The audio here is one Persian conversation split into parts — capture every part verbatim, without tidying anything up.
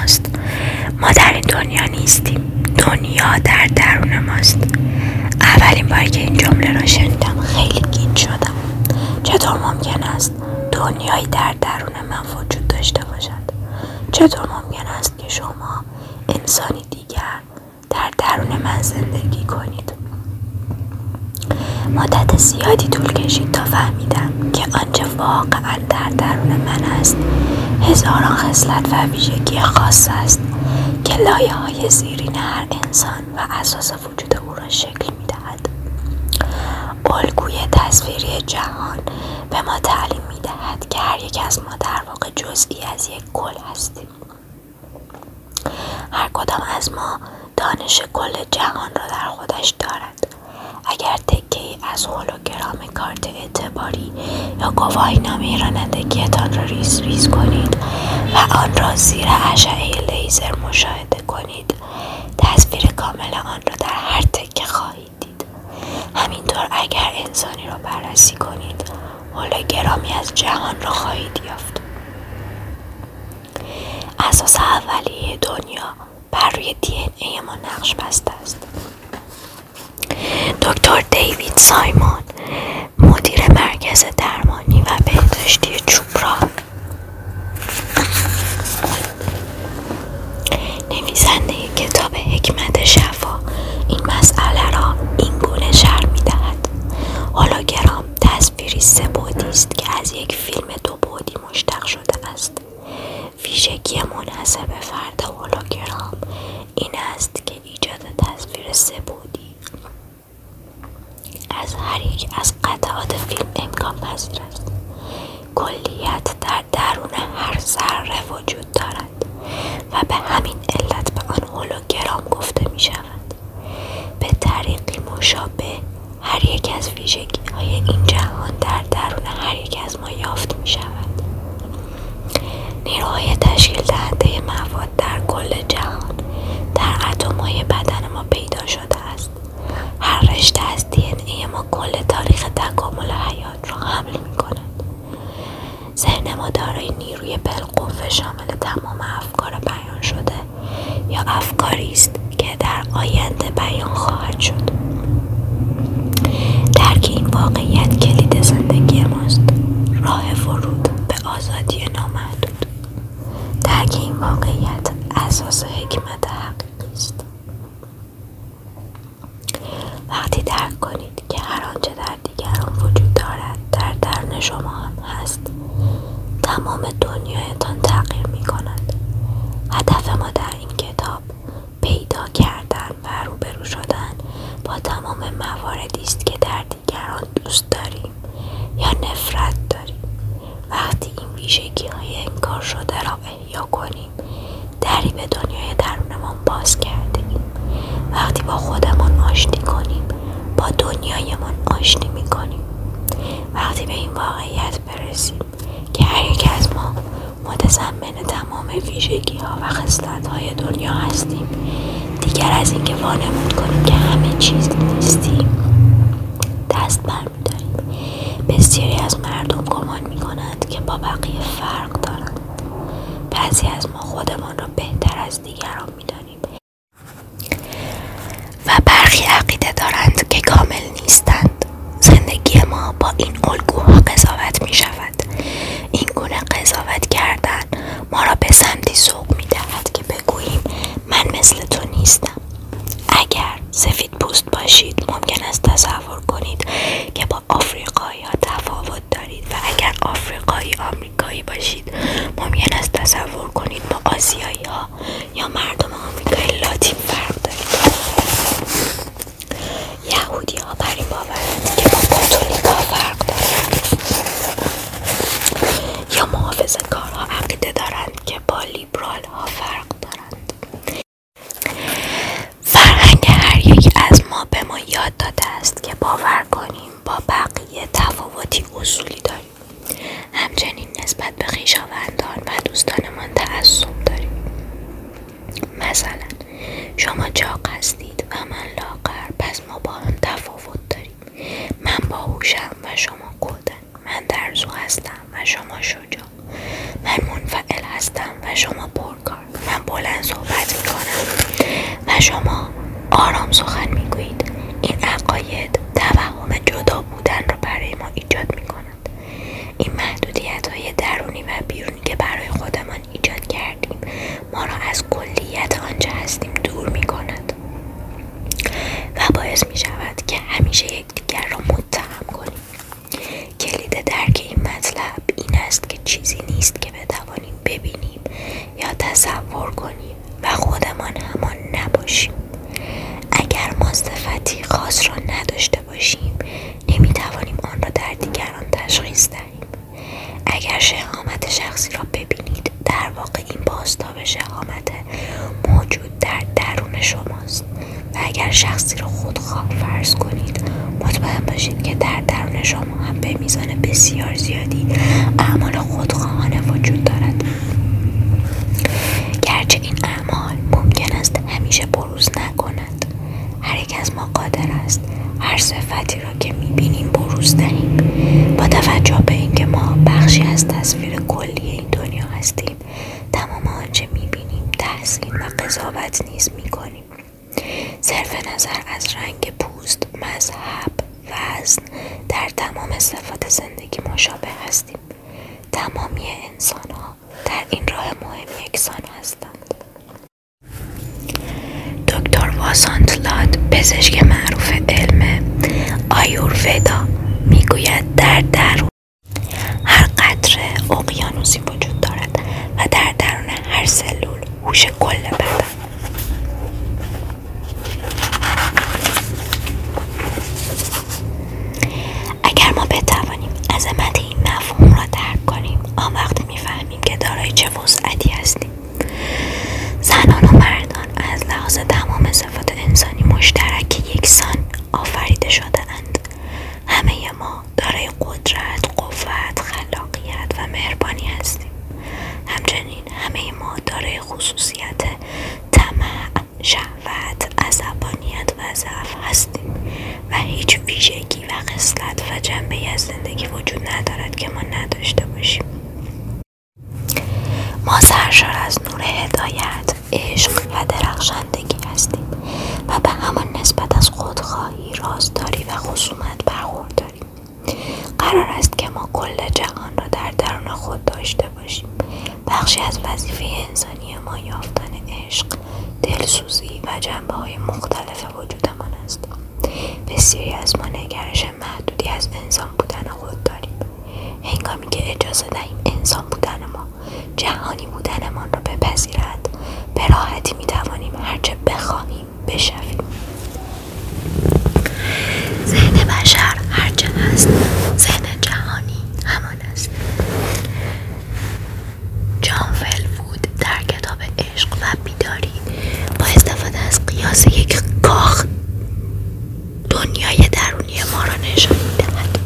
ماست. ما در این دنیا نیستیم، دنیا در درون ماست. اولین بار که این جمله را شنیدم خیلی گیج شدم. چطور ممکن است دنیایی در درون من وجود داشته باشد؟ چطور ممکن است که شما انسانی دیگر در درون من زندگی کنید؟ مدت زیادی طول کشید تا فهمیدم که آنچه واقعا در درون من است هزاران خصلت و ویژگی خاص است که لایه های زیرین هر انسان و اساس وجود او را شکل می دهد. الگوی تصویری جهان به ما تعلیم می دهد که هر یک از ما در واقع جزئی از یک کل هستیم. هر کدام از ما دانش کل جهان را در خودش دارد. اگر تکه‌ای از هولوگرام کارت اعتباری یا گواهینامه رانندگیتان را ریز ریز کنید و آن را زیر اشعه لیزر مشاهده کنید، تصویر کامل آن را در هر تکه خواهید دید. همینطور اگر انسانی را بررسی کنید، هولوگرامی از جهان را خواهید یافت. اساس اولیه دنیا بر روی دی ان ای ما نقش بسته است. دکتر دیوید سایمون، مدیر مرکز درمانی و بهداشتی چوپرا، نویسنده کتاب حکمت شفا، این مسئله را این گونه شرح می‌دهد: هولوگرام تصویری سه بعدی است که از یک فیلم دو بعدی مشتق شده است. ویژگی منحصر به فرد هولوگرام این است که ایجاد تصویر سه بعدی از هر یک از قطعات فیلم امکان پذیر است. کلیت در درون هر ذره وجود دارد و به همین علت به آن هولوگرام گفته می شود. به طریقی مشابه هر یک از ویژگی های این جهان در درون هر یک از ما یافت می شود. نیروهای تشکیل دهنده مواد در کل جهان در اتم‌های بدن ما پیدا شده است. هر رشته از دی ان ای ما کل تاریخ تکامل حیات را حمل می کند. ذهن ما دارای نیروی بالقوه شامل تمام افکار بیان شده یا افکاری است که در آینده بیان خواهد شد. درک این واقعیت کلید زندگی ماست، راه ورود به آزادی نامحدود. درک این واقعیت اساس حکمت حقیقی است. وقتی درک کنید که هر آنچه در دیگران وجود دارد در درون شما هم هست، تمام دنیایتان تغییر می کند. هدف ما در این کتاب پیدا کردن و روبرو شدن با تمام مواردی است که در دیگران دوست داریم یا نفرت داریم. وقتی این ویژگی های انکار شده را احیا کنیم، دری به دنیای درونمان باز کرده ایم. وقتی با خودمان آشتی کنیم، با دنیایمان آشتی می کنیم. وقتی به این واقعیت برسیم که هر یک از ما متضمن تمام ویژگی ها و خصلت های دنیا هستیم، دیگر از اینکه وانمود کنیم که همه چیز نیستیم دست برمی‌داریم. بسیاری از مردم گمان می‌کنند که با بقیه فرق دارند. بعضی از ما خودمان را بهتر از دیگران می‌دانیم و برخی عقیده دارند که کامل نیستند. زندگی ما با این الگوها قضاوت می‌شود. این گونه قضاوت کردن ما را به سمتی سوق می‌دهد که بگوییم من مثل تو نیستم. اگر سفید پوست باشید ممکن است تصور کنید که با آفریقایی ها تفاوت دارید و اگر آفریقایی آمریکایی باشید ممکن است تصور کنید با آسیایی ها یا مردم آمریکای لاتین فرق دارید. یهودی ها بر این باورند که با کاتولیک ها فرق دارند یا محافظه‌کارها عقیده دارند که با لیبرال ها فرق دارند. فرهنگ هر یک از ما به ما یاد داده است که باور کنیم با بقیه تفاوتی اصولی داریم. همچنین نسبت به خویشاوندان و دوستانمان تعصب داریم. مثلا شما چاق هستید و من لاغر، پس ما با هم تفاوت داریم. من باهوشم و شما کودن. من ترسو هستم و شما شجاع. من منفعل هستم و شما پرکار. من بلند صحبت میکنم و شما آرام سخن میگویید. این عقاید توهم جدا بودن را برای ما ایجاد میکند. این محدودیت های درونی و بیرونی که برای خودمان ایجاد کردیم ما را از کلیت آنچه هستیم دور میکند و باعث میشود که همیشه یکدیگر را متهم کنیم. کلید درک این مطلب این است که چیزی نیست که بتوانیم ببینیم یا تصور کنیم و خودمان همان نباشیم. اگر ما صفتی خاص را نداشته باشیم نمیتوانیم آن را در دیگران تشخیص دهیم. اگر شهامت شخصی را ببینید در واقع این بازتاب شهامت موجود در درون شماست و اگر شخصی را خودخواه فرض کنید مطمئن باشید که در درون شما هم به میزان بسیار زیادی اعمال خودخواهانه وجود دارد. گرچه این اعمال ممکن است همیشه بروز نکند، هر یک از ما قادر است هر صفتی را که میبینیم بروز دهیم. با توجه به اینکه ما بخشی از تصویر کلی این دنیا هستیم تمام آنچه میبینیم تحسین و قضاوت نیز میکنیم. صرف نظر از رنگ پوست، مذهب، وزن در تمام صفات زندگی مشابه هستیم. تمامی انسان ها در این راه مهم یکسان هستند. دکتر واسانت لاد، پزشک معروف علم آیورودا، میگوید در درون هر قطره اقیانوسی وجود دارد و در درون هر سلول هوش کل بدن. اگر ما بتوانیم عظمت این مفهوم را درک کنیم آن وقت میفهمیم که دارای چه وسعتی هستیم. زنان و مردان از لحاظ تمام صفات انسانی مشترک یکسان آفریده شده اند. همه ما دارای قدرت، قوت، خلاقیت و مهربانی هستیم. همچنین همه ما دارای خصوصیت طمع، شهوت، عصبانیت و ضعف هستیم و هیچ ویژگی و خصلت و جنبه‌ای از زندگی وجود ندارد که ما نداشته باشیم. ما سرشار از نور هدایت، عشق و درخشندگی هستیم و به همان نسبت از خودخواهی، رازداری و خصومت برخورداریم. قرار است که ما کل جهان را در درون خود داشته باشیم. بخشی از وظیفه انسانی ما یافتن عشق، دلسوزی و جنبه‌های مختلف وجودمان است. بسیاری از ما نگرش محدودی از انسان بودن خود داریم. هنگامی که اجازه دهیم انسان بودن ما جهانی بودنمان را بپذیرد به راحتی میتوانیم هرچه بخواهیم بشویم. ذهن بشر هرچه هست ذهن جهانی همان است. جان فلوود در کتاب عشق و بیداری با استفاده از قیاس یک کاخ دنیای درونی ما را نشان می‌دهد.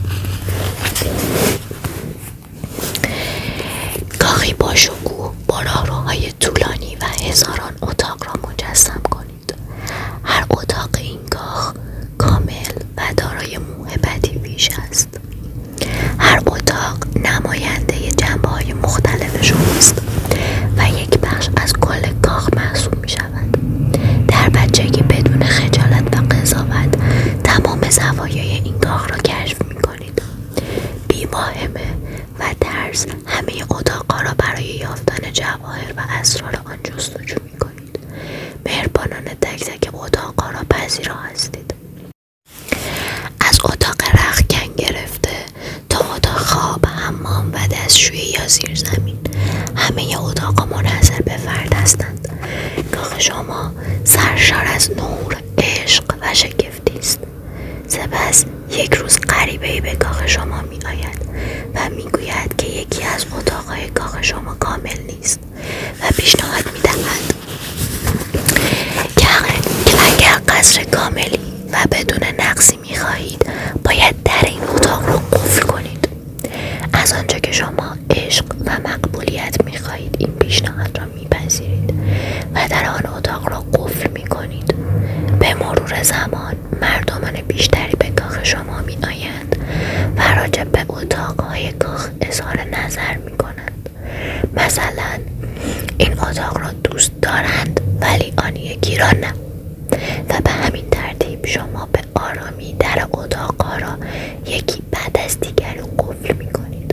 کاخی با شکوه با راهروهای طولانی و هزاران اتاق را مجسم کنید. هر اتاق این کاخ کامل و دارای موهبتی بیش است. هر اتاق نماینده جنبه‌های مختلف شماست و یک بخش از کل کاخ محسوب می شود. در بچگی بدون خجالت و قضاوت تمام زوایای این کاخ را کشف می کنید. بی واهمه و ترس همه اتاق‌ها را برای یافتن جواهر و اسرار آن جستجو می کنید. مهربانانه تک تک اتاق‌ها را پذیرا هستید. از اتاق رختکن گرفته تا اتاق خواب، حمام و دستشویی یا زیرزمین همه اتاق‌ها منحصر به فرد هستند. کاخ شما سرشار از نور، عشق و شگفتی است. سپس یک روز غریبه‌ای به کاخ شما می آید و می گوید که یکی از اتاق‌های کاخ شما کامل نیست و پیشنهاد می دهد که اگر قصر کاملی و بدون نقصی می خواهید باید در این اتاق را قفل کنید. از آنجا که شما عشق و مقبولیت می خواهید این پیشنهاد را می پذیرید و در آن اتاق را قفل می کنید. به مرور زمان مردمان بیشتری به کاخ شما می آیند و راجع به اتاقهای کاخ اظهار نظر می کنند. مثلا این اتاق را دوست دارم را نه. و به همین ترتیب شما به آرامی در اتاقها را یکی بعد از دیگری قفل می کنید.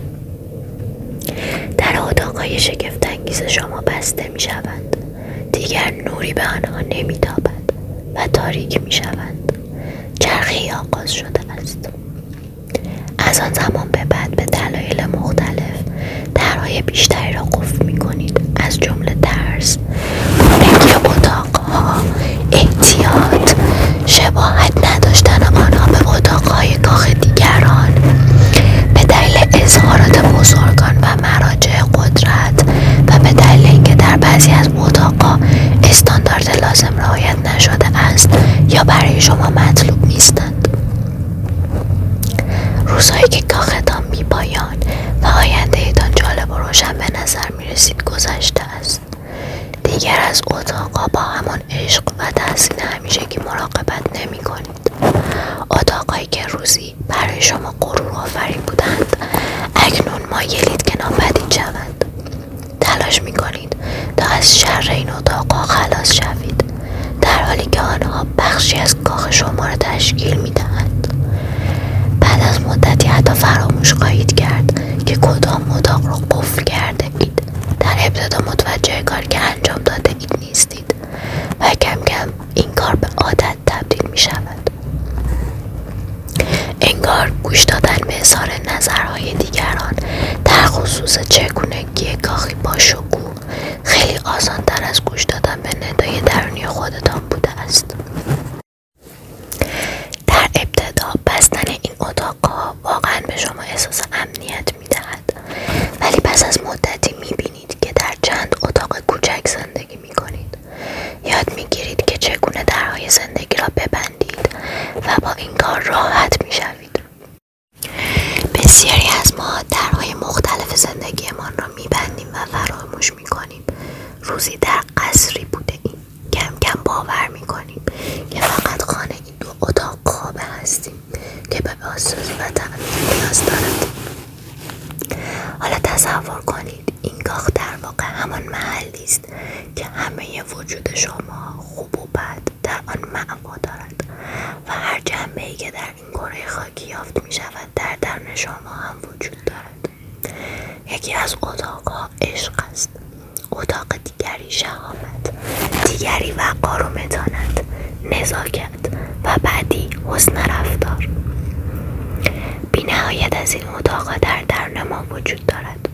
در اتاقهای شگفت‌انگیز شما بسته می شوند. دیگر نوری به آنها نمی تابد و تاریک می شوند. چرخه‌ای آغاز شده است. از آن زمان به بعد به دلایل مختلف درهای بیشتری را قفل می کنید، از جمله ترس، خونگی اتاقها، احتیاط، شباهت نداشتن آنها به اتاقهای کاخ دیگران، به دلیل اظهارات بزرگان و مراجع قدرت و به دلیل اینکه در بعضی از اتاقها استاندارد لازم رعایت نشده است یا برای شما مطلوب نیستند. روزهایی که کاختان بی پایان و آیندهتان جالب و روشن به نظر می رسید گذشته است. دیگر از اتاقها با همان عشق و تحسین همیشگی مراقبت نمی کنید. اتاقهایی که روزی برای شما غرور آفرین بودند اکنون مایلید که ناپدید شوند. تلاش می کنید تا از شر این اتاقها خلاص شوید، در حالی که آنها بخشی از کاخ شما را تشکیل می دهند. بعد از مدتی حتی فراموش خواهید کرد که کدام اتاق را قفل کرده اید. در ابتدا متوجه کاری که انجام داده اید نیستید و کم کم این کار به عادت تبدیل می شود. انگار گوش دادن به اظهار نظرهای دیگران در خصوص چگونگی کاخی با شکوه خیلی آسان‌تر از گوش دادن به ندای درونی خودتان بوده است. در ابتدا بستن این اتاقها واقعا به شما احساس امنیت می‌دهد، ولی پس از مدتی می‌بینید که در چند اتاق کوچک زندگی می‌کنید. یاد می‌گیرید که چگونه درهای زندگی را ببندید و با این کار راحت می‌شوید. بسیاری از ما درهای مختلف زندگیمان را می‌بندیم و فراموش می‌کنیم روزی در قصری بوده‌ایم. کم کم باور می‌کنیم که فقط خانه این دو اتاق خوابه هستیم که به بازسازی و تعمیر نیاز دارد. حالا تصور کنید این کاخ در واقع همان محلی است که همه وجود شما خوب و بد در آن معوا دارد و هر جنبه‌ای که در این کره خاکی یافت می شود در درون شما هم وجود دارد. یکی از اتاقها عشق است، اتاق دیگری شهامت، دیگری وقار و متانت، نزاکت و بعدی حسن رفتار. بی نهایت از این اتاقها در درون ما وجود دارد.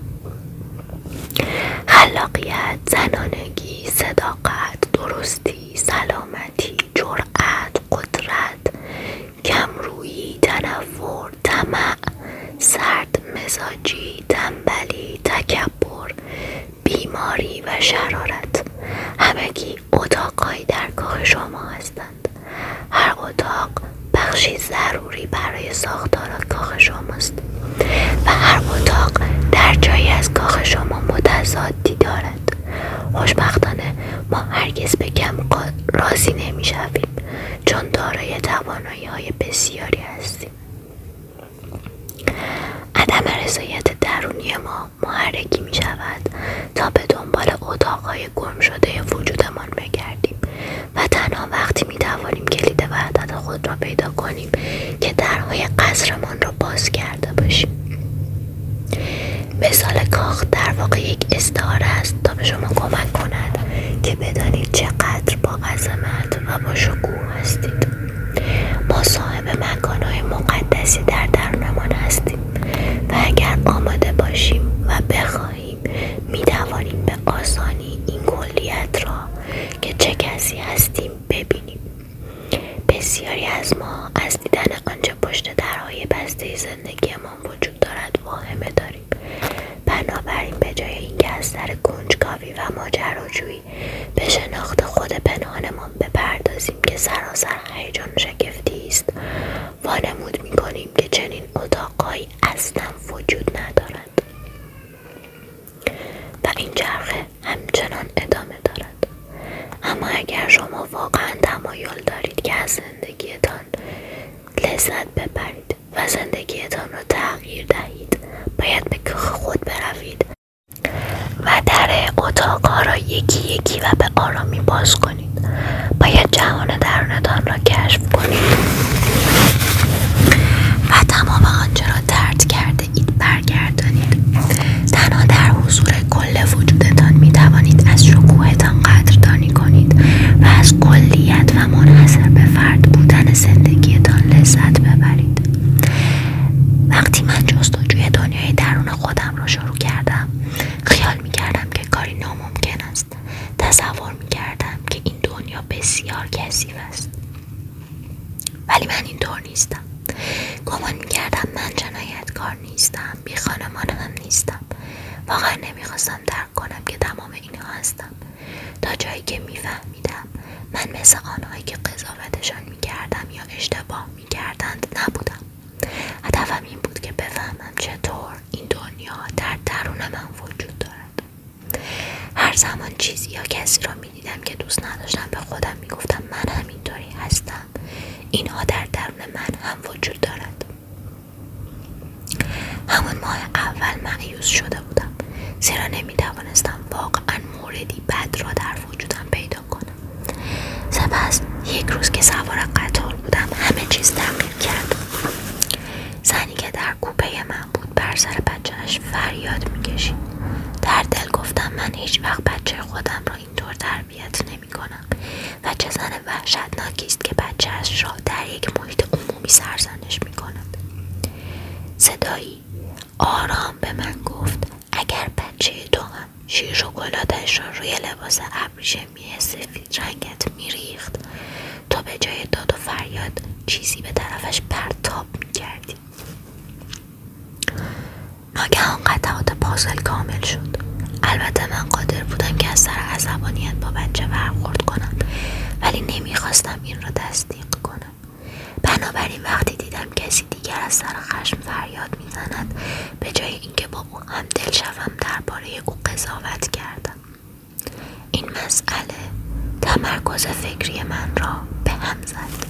خلاقیت، زنانگی، صداقت، درستی، سلامتی، جرأت، قدرت، کمرویی، تنفر، طمع، سرد مزاجی، تنبلی، تکبر، بیماری و شرارت. همگی اتاقهایی در کاخ شما هستند. هر اتاق بخشی ضروری برای ساختار کاخ شماست و هر اتاق در جایی از کاخ شما متضادی دارد. خوشبختانه ما هرگز به کم راضی نمی شویم، چون دارای توانایی های بسیاری هستیم. عدم رضایت درونی ما محرکی می شود تا به دنبال اتاقهای گم شده وجودمان بگردیم و تنها وقتی می توانیم کلید وحدت خود را پیدا کنیم که درهای قصرمان را باز کرده باشیم. مثال کاخ در واقع یک استعاره است تا به شما کمک کند که بدانید چقدر با عظمت و با شکوه هستید. ما صاحب مکانهای مقدسی در درونمان هستیم و اگر آماده باشیم و بخواهیم می توانیم به آسانی این کلیت را که چه کسی هستیم ببینیم. بسیاری از ما از دیدن آنچه پشت درهای بسته زندگیمان وجود دارد واهمه داریم. بنابراین به جای اینکه از سر کنجکاوی و ماجراجویی به شناخت خود پنهانمان بپردازیم که سراسر هیجان و شگفتی است، وانمود می‌کنیم که چنین اتاقهایی اصلا وجود ندارد و این چرخه همچنان ادامه دارد. اما اگر شما واقعا تمایل دارید که از زندگیتان لذت ببرید و زندگیتان را تغییر دهید، باید به کاخ خود بروید و در اتاقها را یکی یکی و به آرامی باز کنید. باید جهان درونتان را کشف کنید و تمام آنچه را درد کرده اید برگردانید. تنها در حضور کل وجودتان می توانید از شکوهتان قدردانی کنید و از کلیت و منحصر به فرد بودن زندگیتان لذت ببرید. وقتی من جستجوی دنیای درون خودم را شروع کردم، خیال می کردم که کاری ناممکن است. تصور می کردم که این دنیا بسیار کثیف است، ولی من اینطور نیستم. گمان می کردم من جنایتکار نیستم، بی خانمان هم نیستم. واقعا نمی خواستم درک کنم که تمام اینها هستم، تا جایی که می فهمیدم من مثل آنهایی که قضاوتشان می کردم یا اشتباه می کردند نبودم. هدفم این بود که بفهمم چطور این دنیا در درون من وجود دارد. هر زمان چیزی یا کسی را می دیدم که دوست نداشتم، به خودم می گفتم من همینطوری هستم، اینها در درون من هم وجود دارد. همون ماه اول مایوس شده بودم، زیرا نمی توانستم واقعا موردی بد را در وجودم پیدا کنم. سپس یک روز که سوار قطار بودم همه چیز تغییر کرد. زنی که در کوپه من بود بر سر بچه‌اش فریاد می‌کشید. در دل گفتم من هیچ وقت بچه خودم را اینطور تربیت نمی‌کنم و چه زن وحشتناکی است که بچه‌اش را در یک محیط عمومی سرزنش می‌کند. صدایی آرام به من گفت اگر بچه تو هم شیر شکلاتش را روی لباس ابریشمی سفید رنگت می‌ریخت، تو به جای داد و فریاد چیزی به طرفش پرتاب می‌کردی. ناگهان قطعات پازل کامل شد. البته من قادر بودم که از سر عصبانیت با بچه برخورد کنم، ولی نمیخواستم این را تصدیق کنم. بنابراین وقتی دیدم کسی دیگر از سر خشم فریاد میزند، به جای اینکه با او همدل شوم درباره او قضاوت کردم. این مسئله تمرکز فکری من را به هم زد.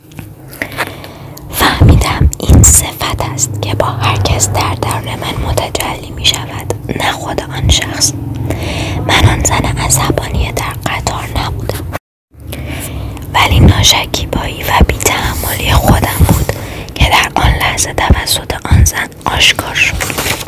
فهمیدم این صفت است که با هر کس در درون من متجلی می شود، نه خود آن شخص. من آن زن عصبانی در قطار نبودم، ولی ناشکیبایی و بی‌تحملی خودم بود که در آن لحظه توسط آن زن آشکار شد.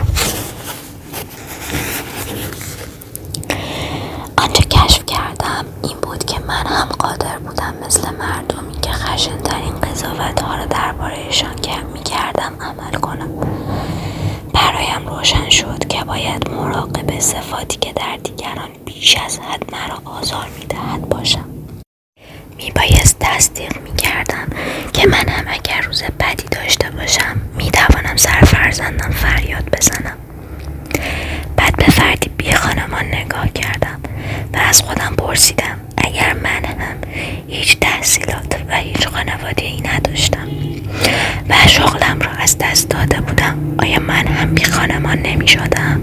آنچه کشف کردم این بود که من هم قادر بودم مثل مردمی که خشن‌ترین قضاوت‌ها را درباره‌شان که می‌کردم عمل کنم. برایم روشن شد که باید مراقب صفاتی که در دیگران بیش از حد مرا آزار می‌دهد باشم. میبایست تصدیق می‌کردم که من هم اگر روز بدی داشته باشم می‌توانم سر فرزندم فریاد بزنم. بعد به فردی بی خانمان نگاه کردم و از خودم پرسیدم اگر من هم هیچ تحصیلات و هیچ خانواده‌ای نداشتم و شغلم را از دست داده بودم، آیا من هم بی خانمان نمی شدم؟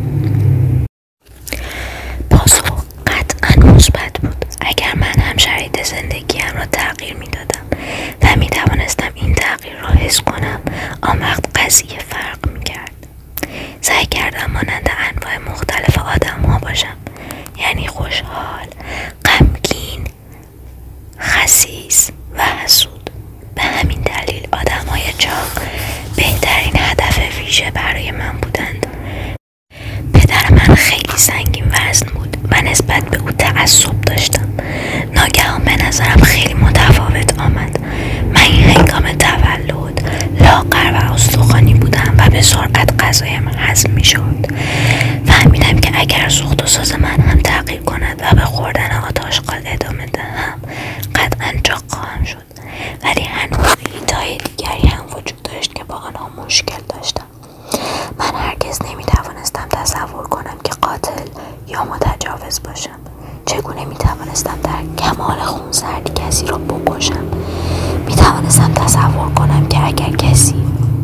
پاسخ قطعاً مثبت بود. اگر من هم شرایط زندگیم را تغییر می دادم و می توانستم این تغییر را حس کنم، آن وقت قضیه فرق می کرد. سعی کردم مانند انواع مختلف آدم ها باشم، یعنی خوشحال، غمگین، خسیس و حسود. به همین دلیل آدم های چاق بهترین هدف ویژه برای من بودند. پدر من خیلی سنگین وزن بود و نسبت به او تعصب داشتم. ناگهان به نظرم خیلی متفاوت آمد. من این هنگام تولد لاغر و استخوانی بودم و به سرعت غذایم هضم می‌شد. فهمیدم که اگر سوخت و ساز من هم تغییر کند و به خوردن آتشغال ادامه دهم قطعاً چاق خواهم شد، ولی هنوز محیط‌های دیگری هم وجود داشت که با آنها مشکل داشتم. من هرگز نمی‌توانستم تصور کنم که قاتل یا متجاوز باشم. چگونه می‌توانستم در کمال خونسردی کسی را بکشم؟ می‌توانستم تصور کنم که اگر کسی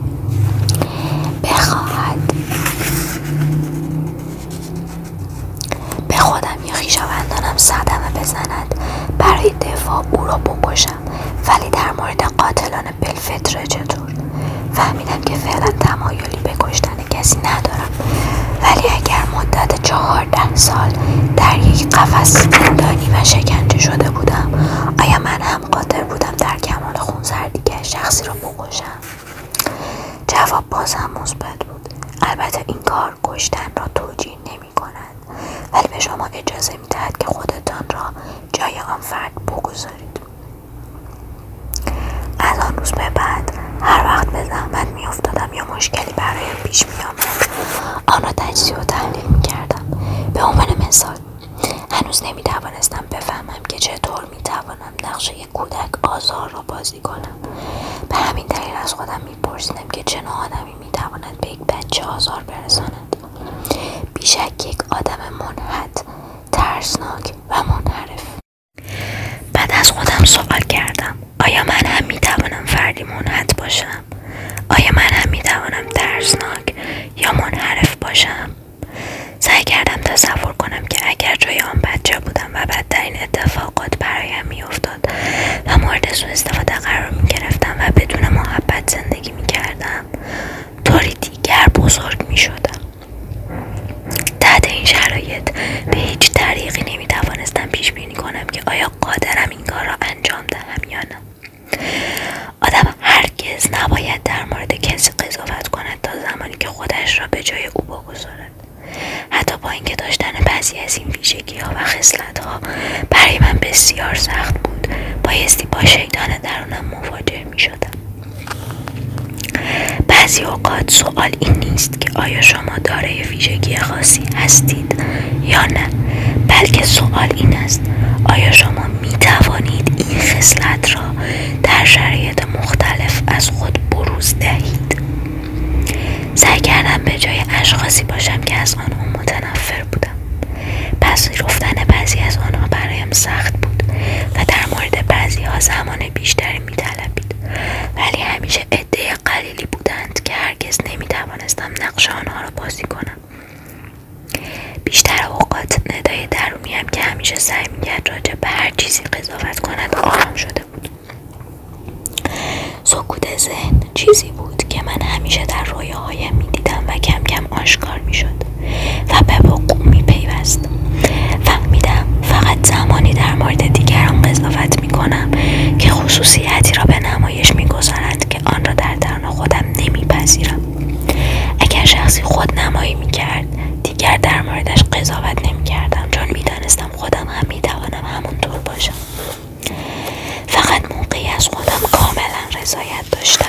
بخواهد به خودم یا خویشاوندانم صدمه بزند برای دفاع او را بکشم، ولی در مورد قاتلان بالفطره چطور؟ فهمیدم که فعلا تمایلی به کشتن کسی ندارم، ولی اگر مدت چهارده سال در یک قفس زندانی و شکنجه شده بودم، آیا کشتن را توجیه نمی کند، ولی به شما اجازه می دهد که خودتان را جای آن فرد بگذارید. از آن روز به بعد هر وقت به زحمت می افتادم یا مشکلی برایم پیش می آمد، آن را تجزیه و تحلیل می کردم. به عنوان مثال، هنوز نمی توانستم بفهمم که چطور می توانم نقش یک کودک آزار را بازی کنم. به همین دلیل از خودم می پرسیدم که چه نوع آدمی می تواند به یک بچه آزار برساند. بیشک یک آدم منحط، ترسناک و منحرف. بعد از خودم سوال کردم: آیا من هم می توانم فردی منحط باشم؟ آیا من هم می توانم ترسناک یا منحرف باشم؟ سعی کردم تصور کنم که اگر جای آن بچه بودم و بدترین اتفاقات برایم می افتاد و مورد سوء استفاده قرار می گرفتم و بدون محبت زندگی می کردم، طوری دیگر بزرگ می شدم. تحت این شرایط به هیچ طریقی نمی توانستم پیش بینی کنم که آیا قادرم این کار را انجام دهم یا نه. آدم هرگز نباید در مورد کسی قضاوت کند تا زمانی که خودش را به جای او بگذارد. حتی با اینکه داشتن بعضی از این ویژگی‌ها و خصلت‌ها برای من بسیار سخت بود، بایستی با شیطان درونم مواجه می‌شدم. بعضی اوقات سوال این نیست که آیا شما دارای ویژگی خاصی هستید یا نه، بلکه سوال این است: آیا شما می‌توانید این خصلت را در شرایط مختلف از خود بروز دهید؟ سعی کردم به جای اشخاصی باشم که از آنها متنفر بودم. پذیرفتن بعضی از آنها برایم سخت بود و در مورد بعضی ها زمان بیشتری می طلبید، ولی همیشه عده قلیلی بودند که هرگز نمی توانستم نقش آنها را بازی کنم. بیشتر اوقات ندای درونیم که همیشه سعی می کرد راجع به هر چیزی قضاوت کند آرام شده بود. سکوت ذهن چیزی بود که من همیشه در رویاهایم می دیدم و کم کم آشکار می شد و به وقوع می پیوست. فهمیدم فقط زمانی در مورد دیگران قضاوت می کنم که خصوصیتی را به نمایش می گذارد که آن را در درون خودم نمی پذیرم. اگر شخصی خود نمایی می کرد، دیگر در موردش قضاوت نمی کردم، چون می دانستم خودم هم می توانم همونطور باشم. فقط موقعی از خودم کاملا رضایت داشتم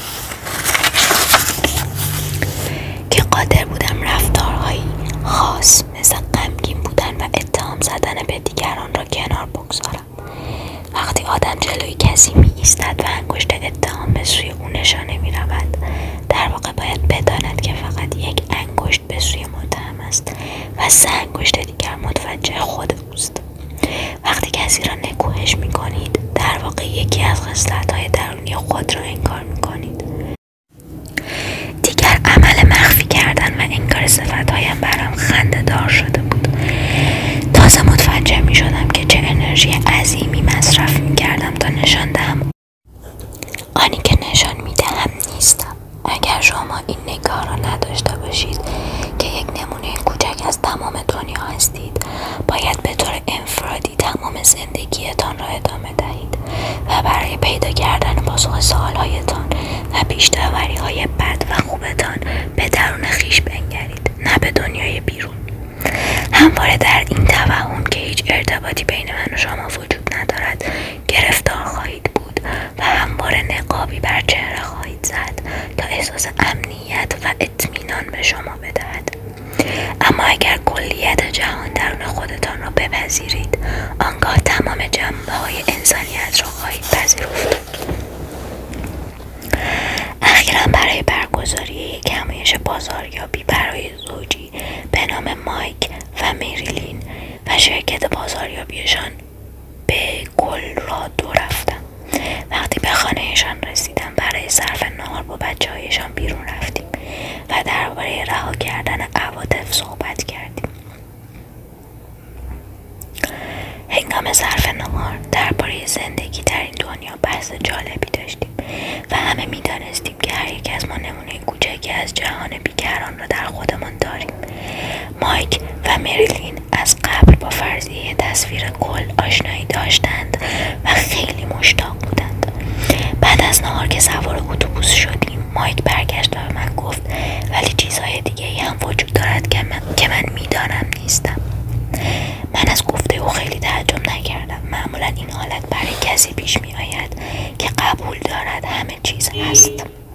که قادر بودم رفتارهایی خاص مثل غمگین بودن و اتهام زدن به دیگران را کنار بگذارم. وقتی آدم جلوی کسی می ایستد و انگشت اتهام به سوی او نشانه می رود، در واقع باید بداند که فقط یک انگشت به سوی متهم است و سه انگشت دیگر متوجه خود اوست. وقتی کسی را نکوهش می کنید، در واقع یکی از خصلت‌های درونی خود را انکار می کنید. دیگر عمل مخفی کردن و انکار صفت‌هایم برام خنده‌دار شده بود. تازه متوجه می شدم که چه انرژی عظیمی مصرف می کردم تا نشان دهم آنی که نشان می دهم نیستم. اگر شما این نگاه را نداشته باشید که یک نمونه کوچک از تمام دنیا هستید، باید به طور انفرادی تمام زندگیتان را ادامه دهید و برای پیدا کردن پاسخ سوالهایتان و پیش‌داوری‌های بد و خوبتان به درون خویش بنگرید، نه به دنیای بیرون. همواره در این توهم که هیچ ارتباطی بین من و شما وجود ندارد گرفتار خواهید بود و همواره نقابی بر چهره خواهید زد تا احساس امنیت و اطمینان به شما بدهد. اما اگر کلیت جهان درون خودتان را بپذیرید، آنگاه تمام جنبه‌های انسانیت را خواهید پذیرفت. اخیراً برای برگزاری یک همایش بازاریابی برای زوجی به نام مایک و میریلین و شرکت بازاریابیشان به کلرادو رفتم. وقتی به خانهشان رسیدم، برای صرف نهار با بچه‌هایشان بیرون رفتیم و درباره رها کردن عواطف صحبت کردیم. هنگام صرف نهار درباره زندگی در این دنیا بحث جالبی داشتیم و همه می‌دانستیم که هر یک از ما نمونه کوچکی از جهان بیکران را در خودمان داریم. مایک و میریلین از قبل با فرضیه تصویر کل آشنایی داشتند و خیلی مشتاق بودند. بعد از نهار که سوار اتوبوس شدیم، مایک برگشت و به من گفت: ولی چیزهای دیگه‌ای هم وجود دارد که من, که من میدانم نیستم. من از گفته او خیلی تعجب نکردم. معمولا این حالت برای کسی پیش می آید که قبول دارد همه چیز هست.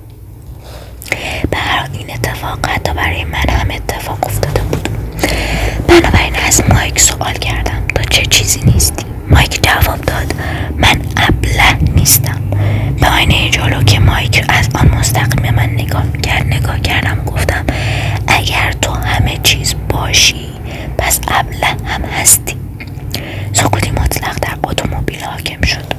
به هر حال این اتفاق حتی برای من هم اتفاق افتاده بود. بنابراین از مایک سوال کردم تو چه چیزی نیستی؟ مایک جواب داد من ابله نیستم. به آینه جلو که مایک از آن مستقیم من نگاه میکرد نگاه کردم و گفتم اگر تو همه چیز باشی پس ابله هم هستی. سکوتی مطلق در اتومبیل حاکم شد.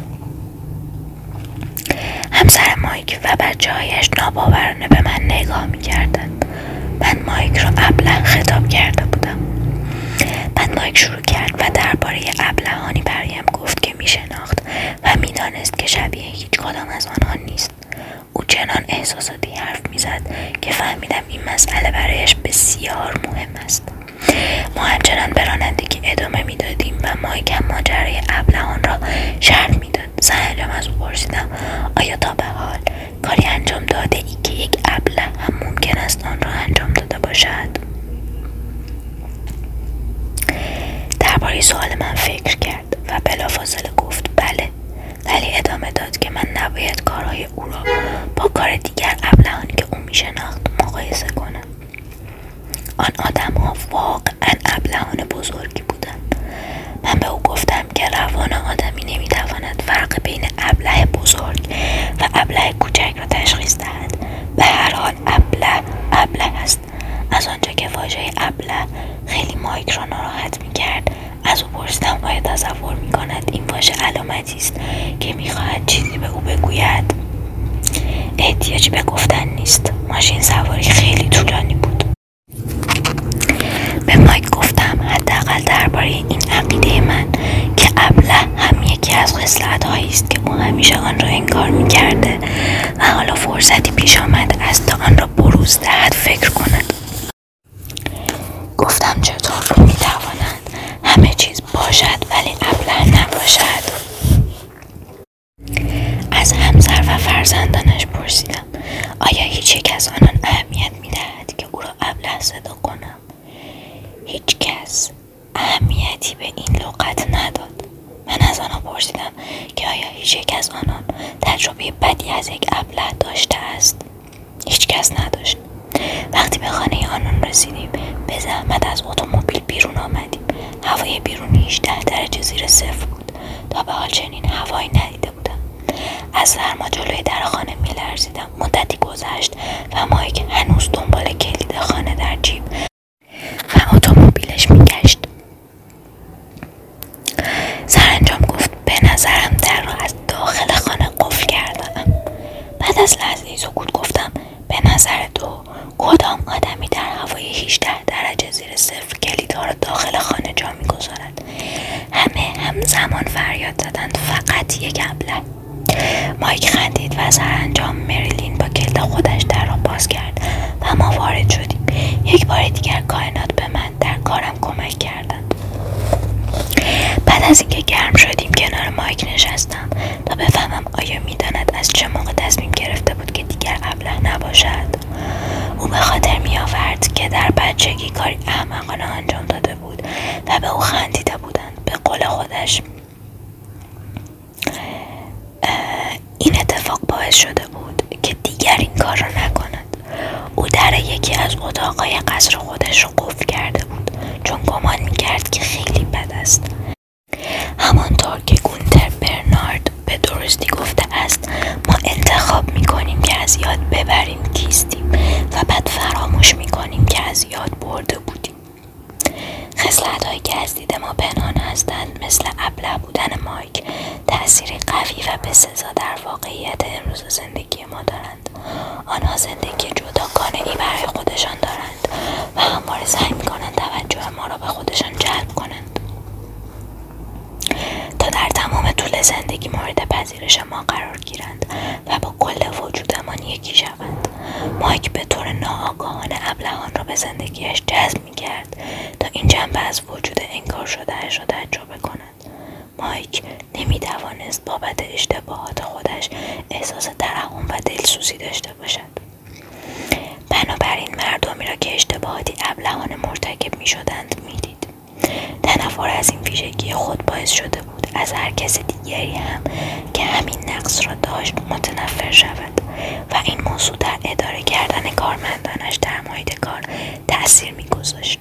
همسر مایک و بچه هایش ناباورانه به من نگاه میکردند. من مایک را ابله خطاب کرده بودم. بعد مایک شروع کرد و درباره ابلهانی برایم گفت که میشناخت و میدانست که شبیه هیچ کدام از آنها نیست. او چنان احساساتی حرف میزد که فهمیدم این مسئله برایش بسیار مهم است. ما همچنان به رانندگی ادامه میدادیم و مایک هم ماجرای ابلهان را شرح میداد. سرانجام از او پرسیدم آیا تا به حال کاری انجام داده ای که یک ابله هم ممکن است آن را انجام داده باشد؟ درباره سوال من فکر کرد و بلافاصله گفت بله، ولی ادامه داد که من نباید کارهای او را با کار دیگر ابلهانی که او میشناخت مقایسه کنم. آن آدم ها واقعا ابلهان بزرگی بودند. من به او گفتم که روان آدمی نمیتواند فرق بین ابله بزرگ و ابله کوچک را تشخیص دهد. به هر حال ابله ابله است. از آنجا که واژه ابله خیلی مایک را ناراحت میکرد از او پرسیدم آیا تصور میکند این واژه علامتی است که میخواهد چیزی به او بگوید؟ احتیاجی به گفتن نیست. ماشین سواری خیلی طولانی بود. به مایک گفتم حداقل درباره این عقیده من که ابله هم یکی از خصلت‌هایی است که او همیشه آن را انکار میکرده و حالا فرصتی پیش آمده است تا آن را بروز دهد فکر کند. گفتم چطور او میتواند همه چیز باشد ولی ابله نباشد؟ از همسر و فرزندانش پرسیدم آیا هیچ یک از آنان اهمیت میدهد که او را ابله صدا کنم؟ هیچ کس اهمیتی به این لغت نداد. من از آنها پرسیدم که آیا هیچ یک از آنان تجربه بدی از یک ابله داشته است؟ هیچ کس نداشت. وقتی به خانه آنان رسیدیم به زحمت از اتومبیل بیرون آمدیم. هوای بیرون هجده درجه زیر صفر بود. تا به حال چنین هوایی ندیده بودم. از سرما جلوی در خانه می‌لرزیدم. مدتی گذشت و مایک هنوز دنبال کلید خانه در جیب و اتومبیلش میگشت. سرانجام گفت به نظرم در را از داخل خانه قفل کردم. بعد از لحظه سکوت گفتم به نظر تو کدام آدمی در هوای هجده درجه زیر صفر کلیدها را داخل خانه جا میگذارد؟ همه همزمان فریاد زدند فقط یک ابله. مایک خندید و سرانجام مریلین با کلید خودش در را باز کرد و ما وارد شدیم. یک بار دیگر کائنات به من در کارم کمک کردند. بعد از اینکه گرم شدیم کنار مایک نشستم تا بفهمم آیا میداند از چه موقع تصمیم گرفته بود که دیگر ابله نباشد. او به خاطر می آورد که در بچگی کاری احمقانه انجام داده بود و به او خندیده بودند. به قول خودش این اتفاق باعث شده بود که دیگر این کار را نکند. او در یکی از اتاقهای قصر خودش را قفل کرده بود چون گمان میکرد که خیلی بد است. همانطور که گونتر برنارد به درستی گفته است ما انتخاب میکنیم که از یاد ببریم کیستیم و بعد فراموش میکنیم که از یاد برده بودیم. خصلت‌هایی که از دید ما پنهان هستند مثل ابله بودن مایک تأثیری قوی و بسزا در واقعیت امروز زندگی ما دارند. آنها زندگی جداگانه‌ای برای خودشان دارند و همواره سعی می‌کنند توجه ما را به خودشان جلب کنند تا در تمام طول زندگی مورد پذیرش ما قرار گیرند و با کل وجودمان یکی شوند. مایک به طور ناآگاهانه ابلهان را به زندگیش جذب می‌کرد تا این جنبه از وجود انکار شده‌اش را تجربه کند. مایک نمی‌توانست بابت اشتباهات خودش احساس ترحم و دلسوزی داشته باشد. بنابراین مردمی را که اشتباهاتی ابلهانه مرتکب می شدند می دید. تنفر از این ویژگی خود باعث شده بود از هر کس دیگری هم که همین نقص را داشت متنفر شود و این موضوع در اداره کردن کارمندانش در محیط کار تأثیر می گذاشت.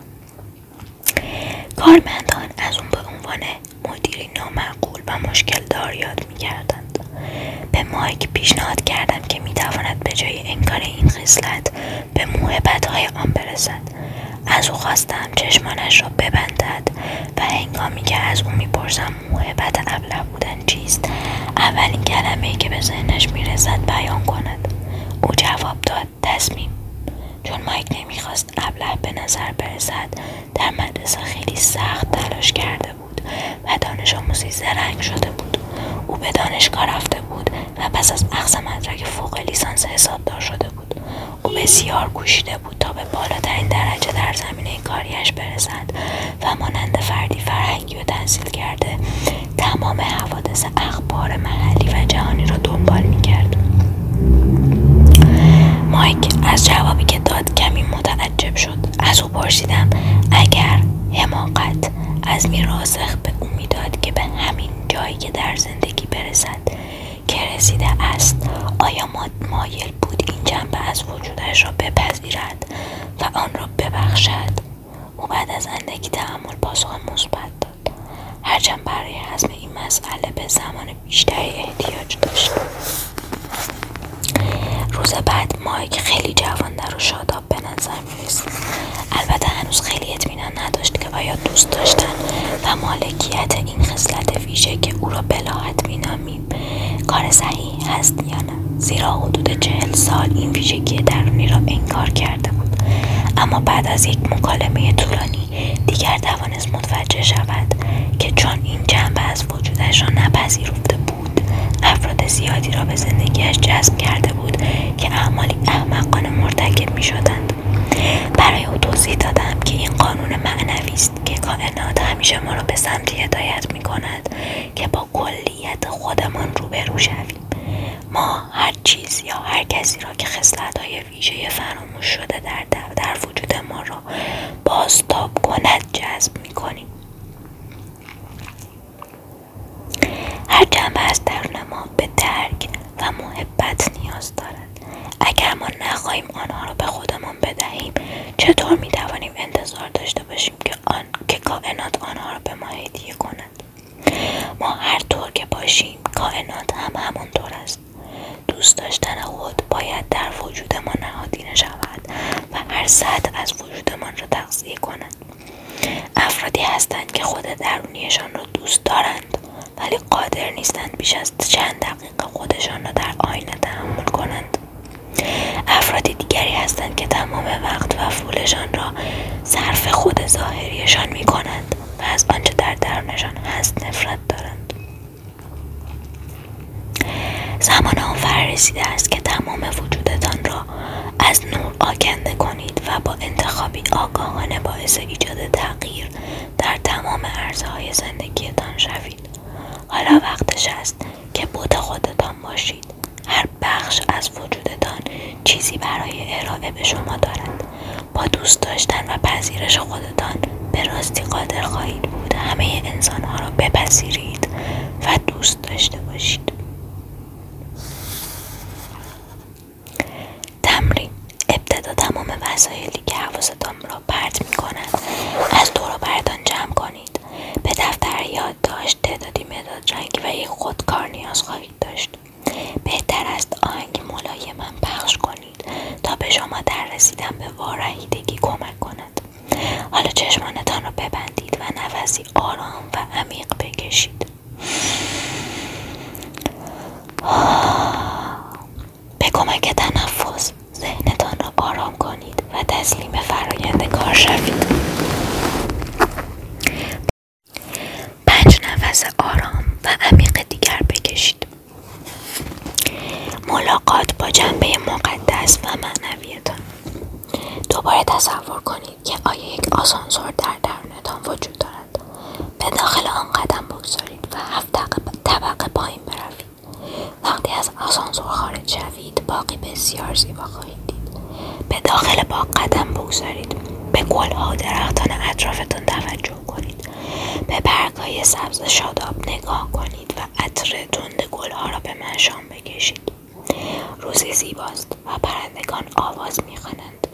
کارمندان از اون به عنوان مدیری نامعقول و مشکل دار یاد می کردند. به مایک پیشنهاد کردم که می تواند به جای انکار این خصلت به موهبت‌های آن برسد. از او خواستم چشمانش را ببندد و هنگامی که از او میپرسم موهبت ابله بودن چیست، اولین کلمه‌ای که به ذهنش میرسد بیان کند. او جواب داد تصمیم. چون مایک نمیخواست ابله به نظر برسد، در مدرسه خیلی سخت تلاش کرده بود و دانش آموزی زرنگ شده بود. او به دانشگاه رفته بود و پس از اخذ مدرک فوق لیسانس حسابدار شده بود. او بسیار کوشیده بود تا به بالاترین درجه در زمینه کاریش برسد و مانند فردی فرهنگی و تحصیل کرده تمام حوادث اخبار محلی و جهانی را دنبال می‌کرد. مایک از جوابی که داد کمی متعجب شد. از او پرسیدم اگر حماقت عزمی راسخ به او میداد که به همین جایی که در زندگی برسد که رسیده است، آیا مایل بود این جنبه از وجودش را بپذیرد و آن را ببخشد؟ او بعد از اندکی تأمل پاسخ مثبت داد، هرچند برای حسم این مسئله به زمان بیشتری احتیاج داشت. روز بعد مایک خیلی جوان‌تر و شاداب به نظر می‌رسید. البته هنوز خیلی اطمینان نداشت که آیا دوست داشتن و مالکیت این خصلت ویژه که او را بلاهت می‌نامیم کار صحیحی هست یا نه، زیرا حدود چهل سال این ویژگی درونی را انکار کرده بود. اما بعد از یک مکالمه طولانی دیگر توانست متوجه شود که چون این جنبه از وجودش را نپذیرفته بود، افراد زیادی را به زندگیش جذب کرده بود که اعمالی احمقانه مرتکب می شدند. برای او توضیح دادم که این قانون معنوی است که کائنات همیشه ما را به سمتی هدایت می کند که با کلیت خودمان روبرو شویم. ما هر چیز یا هر کسی را که خصلت‌های ویژه فراموش شده در در وجود ما را بازتاب کند جذب می کنیم. هر جنبه از درون ما به درک و محبت نیاز دارد. اگر ما نخواهیم آنها را به خودمان بدهیم، چطور می توانیم انتظار داشته باشیم که آن که کائنات آنها را به ما هدیه کند؟ ما هر طور که باشیم، کائنات هم همانطور است. دوست داشتن خود باید در وجود ما نهادینه شود و هر سطح از وجودمان را تغذیه کند. افرادی هستند که خود درونیشان را دوست دارند ولی قادر نیستند بیش از چند دقیقه خودشان را در آینه تأمل کنند. افرادی دیگری هستند که تمام وقت و پولشان را صرف خود ظاهریشان می کنند و از آنچه در درونشان هست نفرت دارند. زمان آن فرا رسیده است که تمام وجودتان را از نور آکنده کنید و با انتخابی آگاهانه باعث ایجاد تغییر در تمام عرصه‌های زندگیتان شوید. حالا وقتش است که بت خودتان باشید. هر بخش از وجودتان چیزی برای ارائه به شما دارد. با دوست داشتن و پذیرش خودتان به راستی قادر خواهید بود همه انسان‌ها را بپذیرید و دوست داشته باشید. تمرین: ابتدا تمام وسایلی که حواستان را پرت می‌کنند از دور و برتان جمع کنید. به دفتر یادداشت تعدادی مداد رنگی و یک خودکار نیاز خواهید داشت. بهتر است آهنگ ملایم هم پخش کنید تا به شما در رسیدن به وارهیدگی کمک کند. حالا چشمانتان را ببندید و نفسی آرام و عمیق بکشید. به کمک تنفس ذهنتان را آرام کنید و تسلیم فرایند کار شوید. پنج نفس آرام و عمیق دیگر بکشید. ملاقات با جنبه مقدس و معنویتان. دوباره تصور کنید که آیا یک آسانسور در درونتان وجود دارد. به داخل آن قدم بگذارید و هفت طبقه پایین بروید. وقتی از آسانسور خارج شوید باغی بسیار زیبا خواهید دید. به داخل باغ قدم بگذارید. به گلها و درختان اطرافتان توجه کنید. به برگ‌های سبز شاداب نگاه کنید و عطر تند گلها را به مشام بکشید. روزی زیباست و پرندگان آواز می‌خوانند.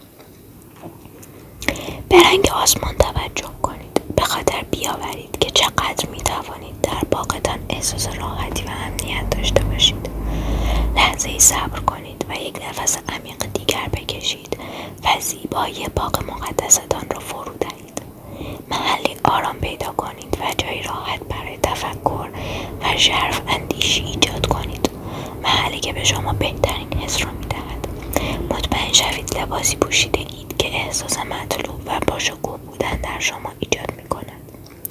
به رنگ آسمان توجه کنید. به خاطر بیاورید که چقدر می‌توانید در باغتان احساس راحتی و امنیت داشته باشید. لحظه‌ای صبر کنید و یک نفس عمیق دیگر بکشید و زیبایی باغ مقدستان را فرو دهید. محلی آرام پیدا کنید و جایی راحت برای تفکر و ژرف اندیشی ایجاد کنید. محلی که به شما بهترین حس را می‌دهد. مطمئن شوید لباسی پوشیده اید که احساس مطلوب و باشکوه بودن در شما ایجاد می‌کند.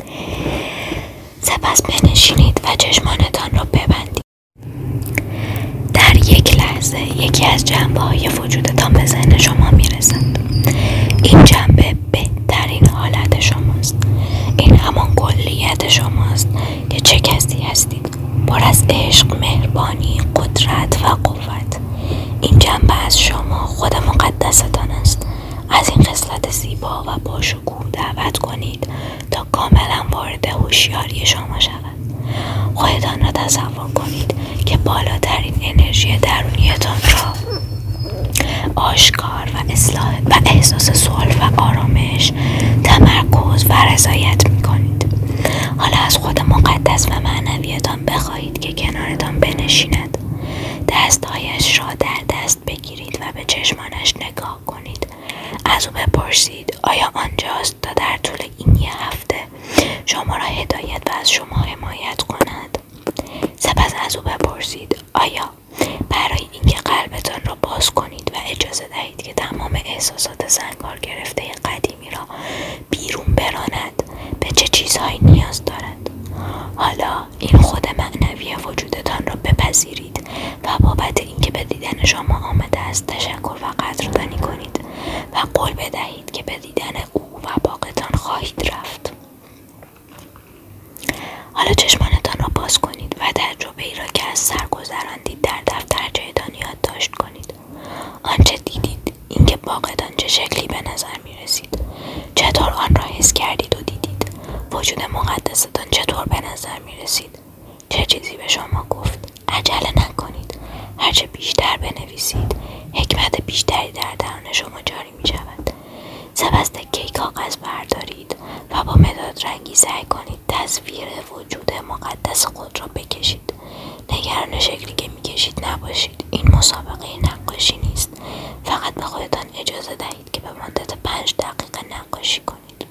سپس بنشینید و چشمانتان را ببندید. در یک لحظه یکی از جنبه‌های وجودتان به ذهن شما می‌رسد. این جنبه بهترین حالت شماست. این همان کلیت شماست که چه کسی هستید، پر از عشق، مهربانی، قدرت و قوت. این جنبه از شما خود مقدستان است. از این خصلت زیبا و باشکوه دعوت کنید تا کاملا وارد هوشیاری شما شود. خودتان را تصور کنید که بالاترین انرژی درونیتان را آشکار و اصلاح و احساس صلح و آرامش، تمرکز و رضایت می کنید. حالا از خود مقدس و معنویتان بخواهید که کنارتان بنشیند. دستهایش را در دست بگیرید و به چشمانش نگاه کنید. از او بپرسید آیا آنجاست تا در طول این یه هفته شما را هدایت و از شما حمایت کند؟ سپس از او بپرسید آیا برای اینکه قلبتان را باز کنید و اجازه دهید که تمام احساسات زنگار گرفته قدیمی را بیرون براند به چه چیزهایی نیاز دارد؟ حالا این خود معنوی وجودتان را بپذیرید و بابت اینکه به دیدن شما آمده است تشکر و قدردانی کنید و قول بدهید که به دیدن او و باغتان خواهید رفت. حالا چشمانتان را باز کنید و تجربه ای را که از سر گذراندید در دفترچه‌تان یادداشت کنید. آنچه دیدید، اینکه باغتان چه شکلی به نظر می رسید، چطور آن را حس کردید و دیدید، وجود مقدستان چطور به نظر می رسید، چه چیزی به شما گفت. عجله نکنید. هرچه بیشتر بنویسید، حکمت بیشتری در درون شما جاری می شود. سپس تکه‌ای کاغذ بردارید و با مداد رنگی سعی کنید تصویر وجود مقدس خود را بکشید. نگران شکلی که میکشید نباشید. این مسابقه نقاشی نیست. فقط به خودتان اجازه دهید که به مدت پنج دقیقه نقاشی کنید.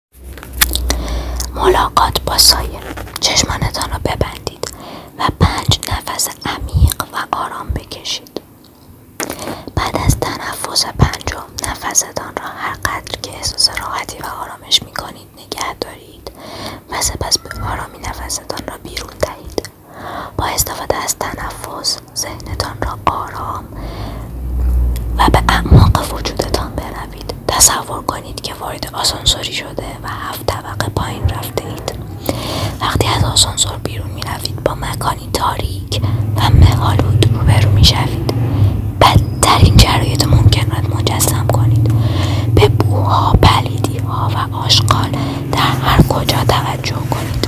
ملاقات با سایه. چشمانتان را ببندید و پنج نفس عمیق و آرام بکشید. بعد از تنفس پنجم نفستان را هر قدر که احساس راحتی و آرامش می کنید نگه دارید و سپس به آرامی نفستان را بیرون دهید. با استفاده از تنفس ذهنتان را آرام و به اعماق وجودتان بروید. تصور کنید که وارد آسانسوری شده و هفت طبقه پایین رفته اید. وقتی از آسانسور بیرون می روید با مکانی تاریک و مه‌آلود روبرو می شوید. بدترین شرایط ممکن را مجسم کنید. به بوها، پلیدی‌ها و آشغال در هر کجا توجه کنید.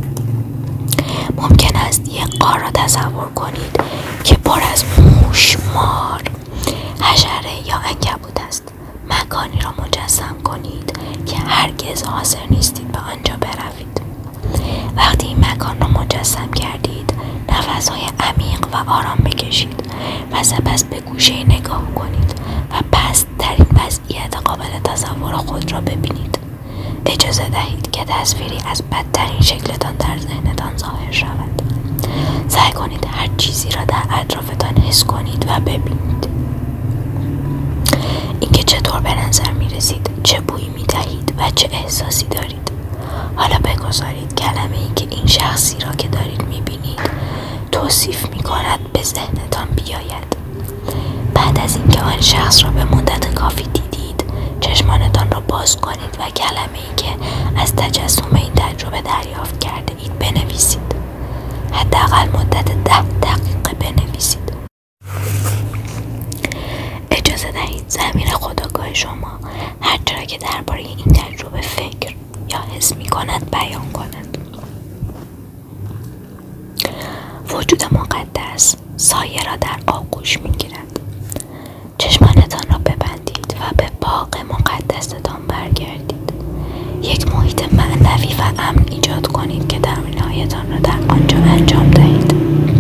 ممکن است یک غار را تصور کنید که پر از موش، مار، حشره یا عنکبوت است. مکانی را مجسم کنید که هرگز حاضر نیستید به آنجا بروید. وقتی این مکان را مجسم کردید، نفس‌های عمیق و آرام بکشید و سپس به گوشه نگاه کنید و پست‌ترین وضعیت قابل تصور خود را ببینید. اجازه دهید که تصویری از بدترین شکلتان در ذهنتان ظاهر شود. سعی کنید هر چیزی را در اطرافتان حس کنید و ببینید. اینکه چطور به نظر می رسید، چه بویی می دهید و چه احساسی دارید. حالا بگذارید کلمه‌ای که این شخصی را که دارید می بینید توصیف می کند به ذهنتان بیاید. بعد از اینکه آن شخص را به مدت کافی دیدید، چشمانتان را باز کنید و کلمه‌ای که از تجسم این تجربه دریافت کرده اید بنویسید. حداقل مدت ده دقیقه بنویسید. اجازه دهید ضمیر خود حس می کند بیان کند. وجود مقدس سایه را در آغوش می گیرد. چشمانتان را ببندید و به باغ مقدستان برگردید. یک محیط معنوی و امن ایجاد کنید که تمرین‌هایتان را در آنجا انجام دهید.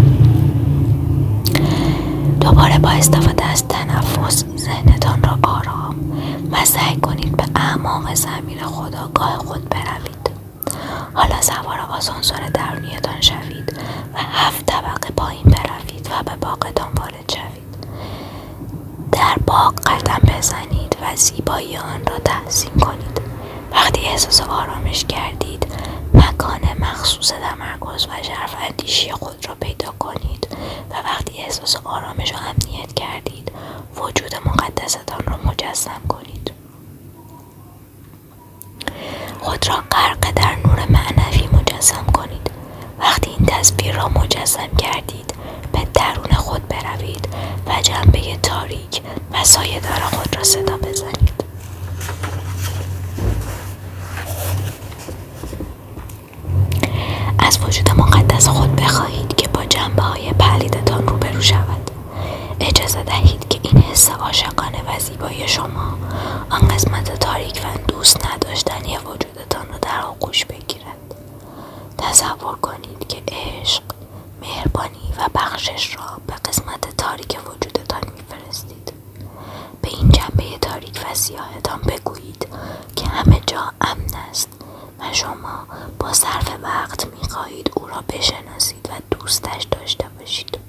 دوباره با استفاده از تنفس ذهنتان را آرام و سعی کنید به اعماق ضمیر خودآگاه خود بروید. حالا سوار آسانسور درونیتان شوید و هفت طبقه پایین بروید و به باغتان وارد شوید. در باغ قدم بزنید و زیبایی آن را تحسین کنید. وقتی احساس آرامش کردید، مکان مخصوص تمرکز و ژرف اندیشی خود را پیدا کنید و وقتی احساس آرامش و امنیت کردید، وجود مقدستان را مجسم کنید. خود را غرق در نور معنوی مجسم کنید. وقتی این تصویر را مجسم کردید، به درون خود بروید و جنبه تاریک و سایه‌دار خود را صدا بزنید. از وجود مقدس خود بخواهید که با جنبه‌های پلیدتان روبرو شود. اجازه دهید که این حس عاشقانه و زیبای شما آن قسمت تاریک و دوست نداشتنی وجودتان را در آغوش بگیرد. تصور کنید که عشق، مهربانی و بخشش را به قسمت تاریک وجودتان می‌فرستید. به این جنبه تاریک و سیاهتان بگویید که همه جا امن است و شما با صرف وقت می‌خواهید او را بشناسید و دوستش داشته باشید.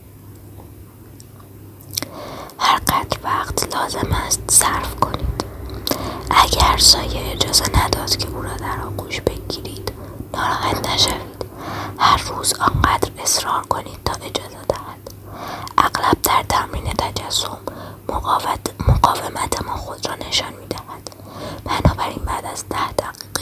هر قدر وقت لازم است صرف کنید. اگر سایه اجازه نداد که او را در آغوش بگیرید، ناراحت نشوید. هر روز آنقدر اصرار کنید تا اجازه دهد. اغلب در تمرین تجسم مقاومت ما خود را نشان می‌دهد. بنابراین بعد از ده دقیقه